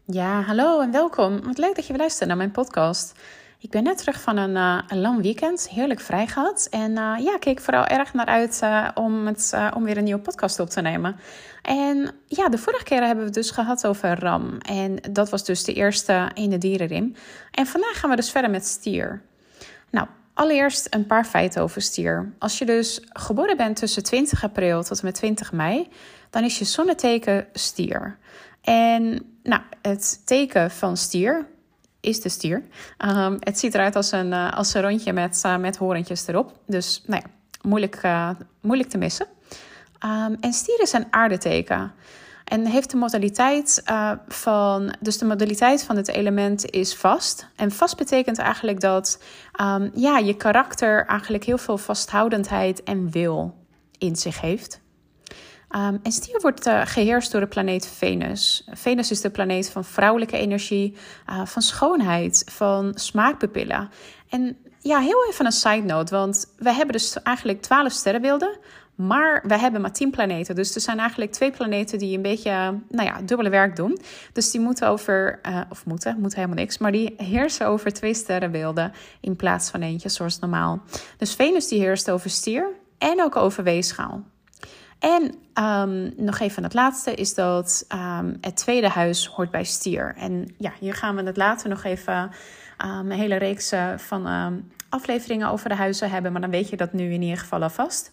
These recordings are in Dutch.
Ja, hallo en welkom. Wat leuk dat je weer luistert naar mijn podcast. Ik ben net terug van een lang weekend, heerlijk vrij gehad. En keek vooral erg naar uit om weer een nieuwe podcast op te nemen. En ja, de vorige keer hebben we het dus gehad over ram. En dat was dus de eerste in de dierenrim. En vandaag gaan we dus verder met stier. Nou, allereerst een paar feiten over stier. Als je dus geboren bent tussen 20 april tot en met 20 mei, dan is je zonneteken stier. En het teken van stier is de stier. Het ziet eruit als een rondje met horentjes erop. Dus moeilijk te missen. En stier is een aardeteken. En heeft de modaliteit Dus de modaliteit van het element is vast. En vast betekent eigenlijk dat je karakter eigenlijk heel veel vasthoudendheid en wil in zich heeft. En stier wordt geheerst door de planeet Venus. Venus is de planeet van vrouwelijke energie, van schoonheid, van smaakpapillen. En ja, heel even een side note, want we hebben dus eigenlijk 12 sterrenbeelden, maar we hebben maar 10 planeten. Dus er zijn eigenlijk 2 planeten die een beetje, dubbele werk doen. Dus die moeten moeten helemaal niks, maar die heersen over 2 sterrenbeelden in plaats van eentje, zoals normaal. Dus Venus die heerst over stier en ook over weegschaal. En nog even het laatste is dat het tweede huis hoort bij stier. En ja, hier gaan we het later nog even een hele reeks van afleveringen over de huizen hebben. Maar dan weet je dat nu in ieder geval alvast.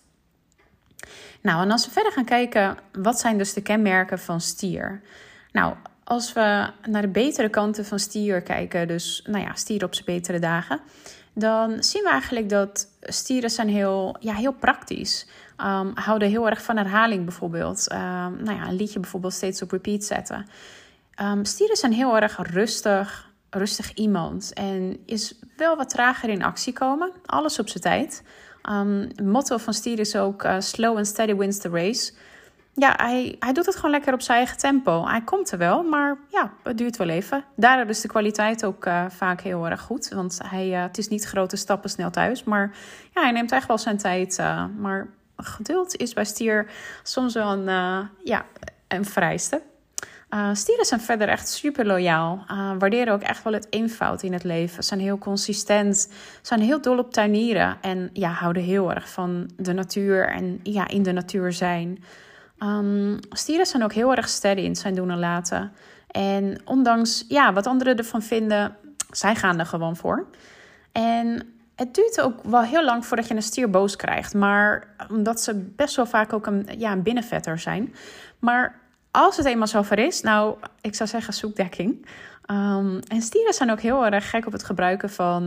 Nou, en als we verder gaan kijken, wat zijn dus de kenmerken van stier? Nou, als we naar de betere kanten van stier kijken, dus stier op zijn betere dagen, dan zien we eigenlijk dat stieren zijn heel praktisch. Houden heel erg van herhaling bijvoorbeeld. Een liedje bijvoorbeeld steeds op repeat zetten. Stieren zijn heel erg rustig iemand. En is wel wat trager in actie komen. Alles op zijn tijd. Het motto van stier is ook slow and steady wins the race. Ja, hij doet het gewoon lekker op zijn eigen tempo. Hij komt er wel, maar ja, het duurt wel even. Daardoor is de kwaliteit ook vaak heel erg goed. Want het is niet grote stappen snel thuis. Maar ja, hij neemt echt wel zijn tijd. Maar geduld is bij stier soms wel een vereiste. Stieren zijn verder echt super loyaal. Waarderen ook echt wel het eenvoud in het leven. Zijn heel consistent. Zijn heel dol op tuinieren. En ja, houden heel erg van de natuur. En ja, in de natuur zijn. Stieren zijn ook heel erg steady in zijn doen en laten. En ondanks wat anderen ervan vinden, zij gaan er gewoon voor. En het duurt ook wel heel lang voordat je een stier boos krijgt. Maar omdat ze best wel vaak ook een binnenvetter zijn. Maar als het eenmaal zover is, ik zou zeggen zoek dekking. En stieren zijn ook heel erg gek op het gebruiken van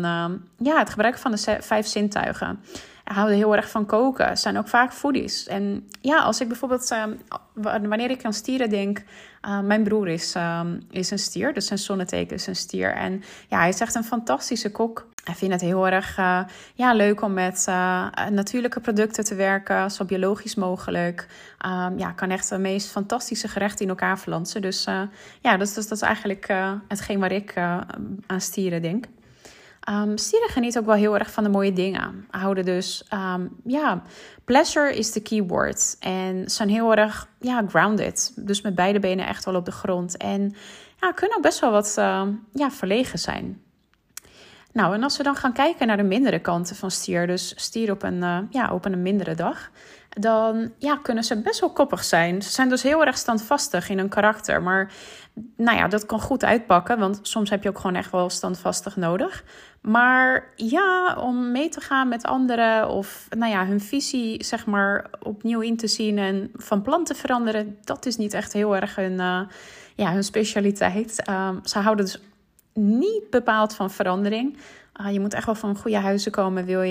de 5 zintuigen. Houden heel erg van koken. Zijn ook vaak foodies. En ja, als ik bijvoorbeeld, wanneer ik aan stieren denk, mijn broer is een stier. Dus zijn zonneteken is een stier. En ja, hij is echt een fantastische kok. Hij vindt het heel erg leuk om met natuurlijke producten te werken. Zo biologisch mogelijk. Kan echt de meest fantastische gerechten in elkaar flansen. Dus dat is eigenlijk hetgeen waar ik aan stieren denk. Stieren genieten ook wel heel erg van de mooie dingen. Houden dus, pleasure is de keyword. En zijn heel erg, grounded. Dus met beide benen echt wel op de grond. En kunnen ook best wel wat, verlegen zijn. Nou, en als we dan gaan kijken naar de mindere kanten van stier. Dus stier op een mindere dag. Dan kunnen ze best wel koppig zijn. Ze zijn dus heel erg standvastig in hun karakter. Maar dat kan goed uitpakken. Want soms heb je ook gewoon echt wel standvastig nodig. Maar ja, om mee te gaan met anderen. Of hun visie zeg maar opnieuw in te zien. En van plan te veranderen. Dat is niet echt heel erg hun specialiteit. Ze houden dus niet bepaald van verandering. Je moet echt wel van goede huizen komen. Wil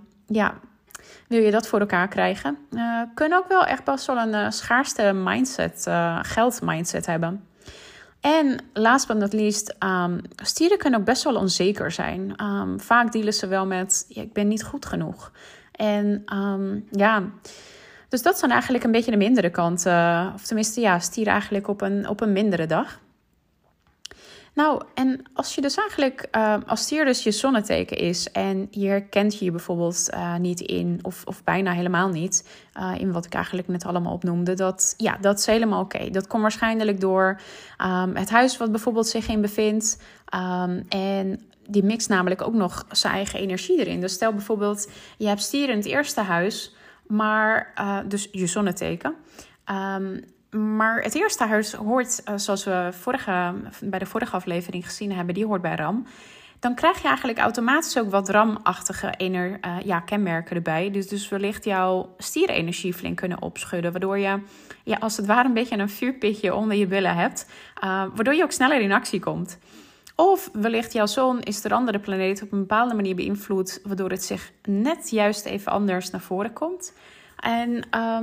je dat voor elkaar krijgen? Kunnen ook wel echt best wel een schaarste mindset, geldmindset hebben. En last but not least, stieren kunnen ook best wel onzeker zijn. Vaak dealen ze wel met, ik ben niet goed genoeg. En dus dat zijn eigenlijk een beetje de mindere kanten. Of tenminste, stieren eigenlijk op een mindere dag. Nou, en als je dus eigenlijk, als stier dus je zonneteken is en je herkent je bijvoorbeeld niet in, of bijna helemaal niet, in wat ik eigenlijk net allemaal opnoemde, dat is helemaal oké. Dat komt waarschijnlijk door het huis wat bijvoorbeeld zich in bevindt. En die mixt namelijk ook nog zijn eigen energie erin. Dus stel bijvoorbeeld, je hebt stier in het eerste huis, maar dus je zonneteken. Maar het eerste huis hoort, zoals we bij de vorige aflevering gezien hebben, die hoort bij Ram. Dan krijg je eigenlijk automatisch ook wat Ram-achtige kenmerken erbij. Dus wellicht jouw stierenergie flink kunnen opschudden. Waardoor je als het ware een beetje een vuurpitje onder je billen hebt. Waardoor je ook sneller in actie komt. Of wellicht jouw zon is de andere planeet op een bepaalde manier beïnvloed. Waardoor het zich net juist even anders naar voren komt. En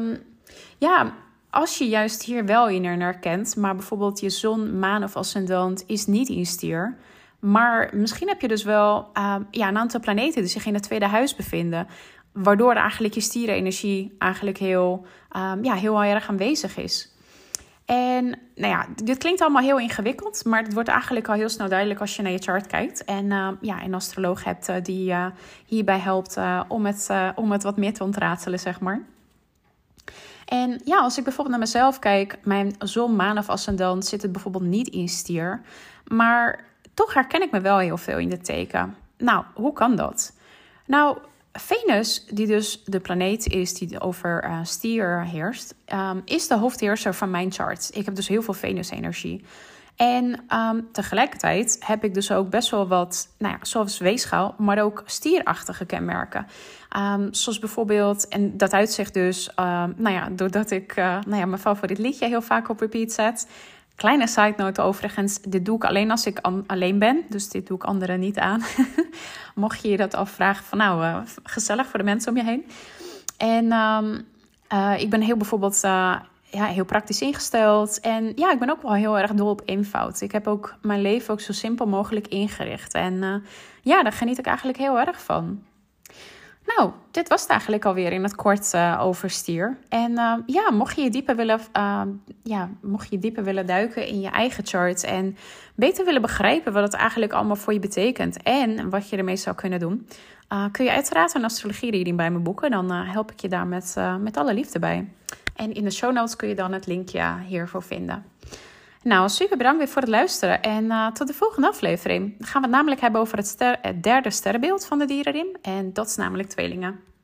als je juist hier wel in herkent, maar bijvoorbeeld je zon, maan of ascendant is niet in stier. Maar misschien heb je dus wel een aantal planeten die zich in het tweede huis bevinden. Waardoor eigenlijk je stierenergie eigenlijk heel erg aanwezig is. En dit klinkt allemaal heel ingewikkeld, maar het wordt eigenlijk al heel snel duidelijk als je naar je chart kijkt. En een astroloog hebt die hierbij helpt om het wat meer te ontraadselen, zeg maar. En als ik bijvoorbeeld naar mezelf kijk, mijn zon, maan of ascendant zit het bijvoorbeeld niet in stier. Maar toch herken ik me wel heel veel in dit teken. Nou, hoe kan dat? Nou, Venus, die dus de planeet is die over stier heerst, is de hoofdheerser van mijn chart. Ik heb dus heel veel Venus-energie. En tegelijkertijd heb ik dus ook best wel wat, zoals weegschaal, maar ook stierachtige kenmerken. Zoals bijvoorbeeld, en dat uitzicht dus, doordat ik mijn favoriet liedje heel vaak op repeat zet. Kleine side note overigens, dit doe ik alleen als ik alleen ben. Dus dit doe ik anderen niet aan. Mocht je je dat afvragen van gezellig voor de mensen om je heen. En ik ben heel bijvoorbeeld heel praktisch ingesteld. En ik ben ook wel heel erg dol op eenvoud. Ik heb ook mijn leven ook zo simpel mogelijk ingericht. En daar geniet ik eigenlijk heel erg van. Nou, dit was het eigenlijk alweer in het kort over stier. En mocht je dieper willen duiken in je eigen chart en beter willen begrijpen wat het eigenlijk allemaal voor je betekent en wat je ermee zou kunnen doen, kun je uiteraard een astrologie-reading bij me boeken. Dan help ik je daar met alle liefde bij. En in de show notes kun je dan het linkje hiervoor vinden. Nou, super bedankt weer voor het luisteren. En tot de volgende aflevering. Dan gaan we het namelijk hebben over het derde sterrenbeeld van de dierenriem. En dat is namelijk tweelingen.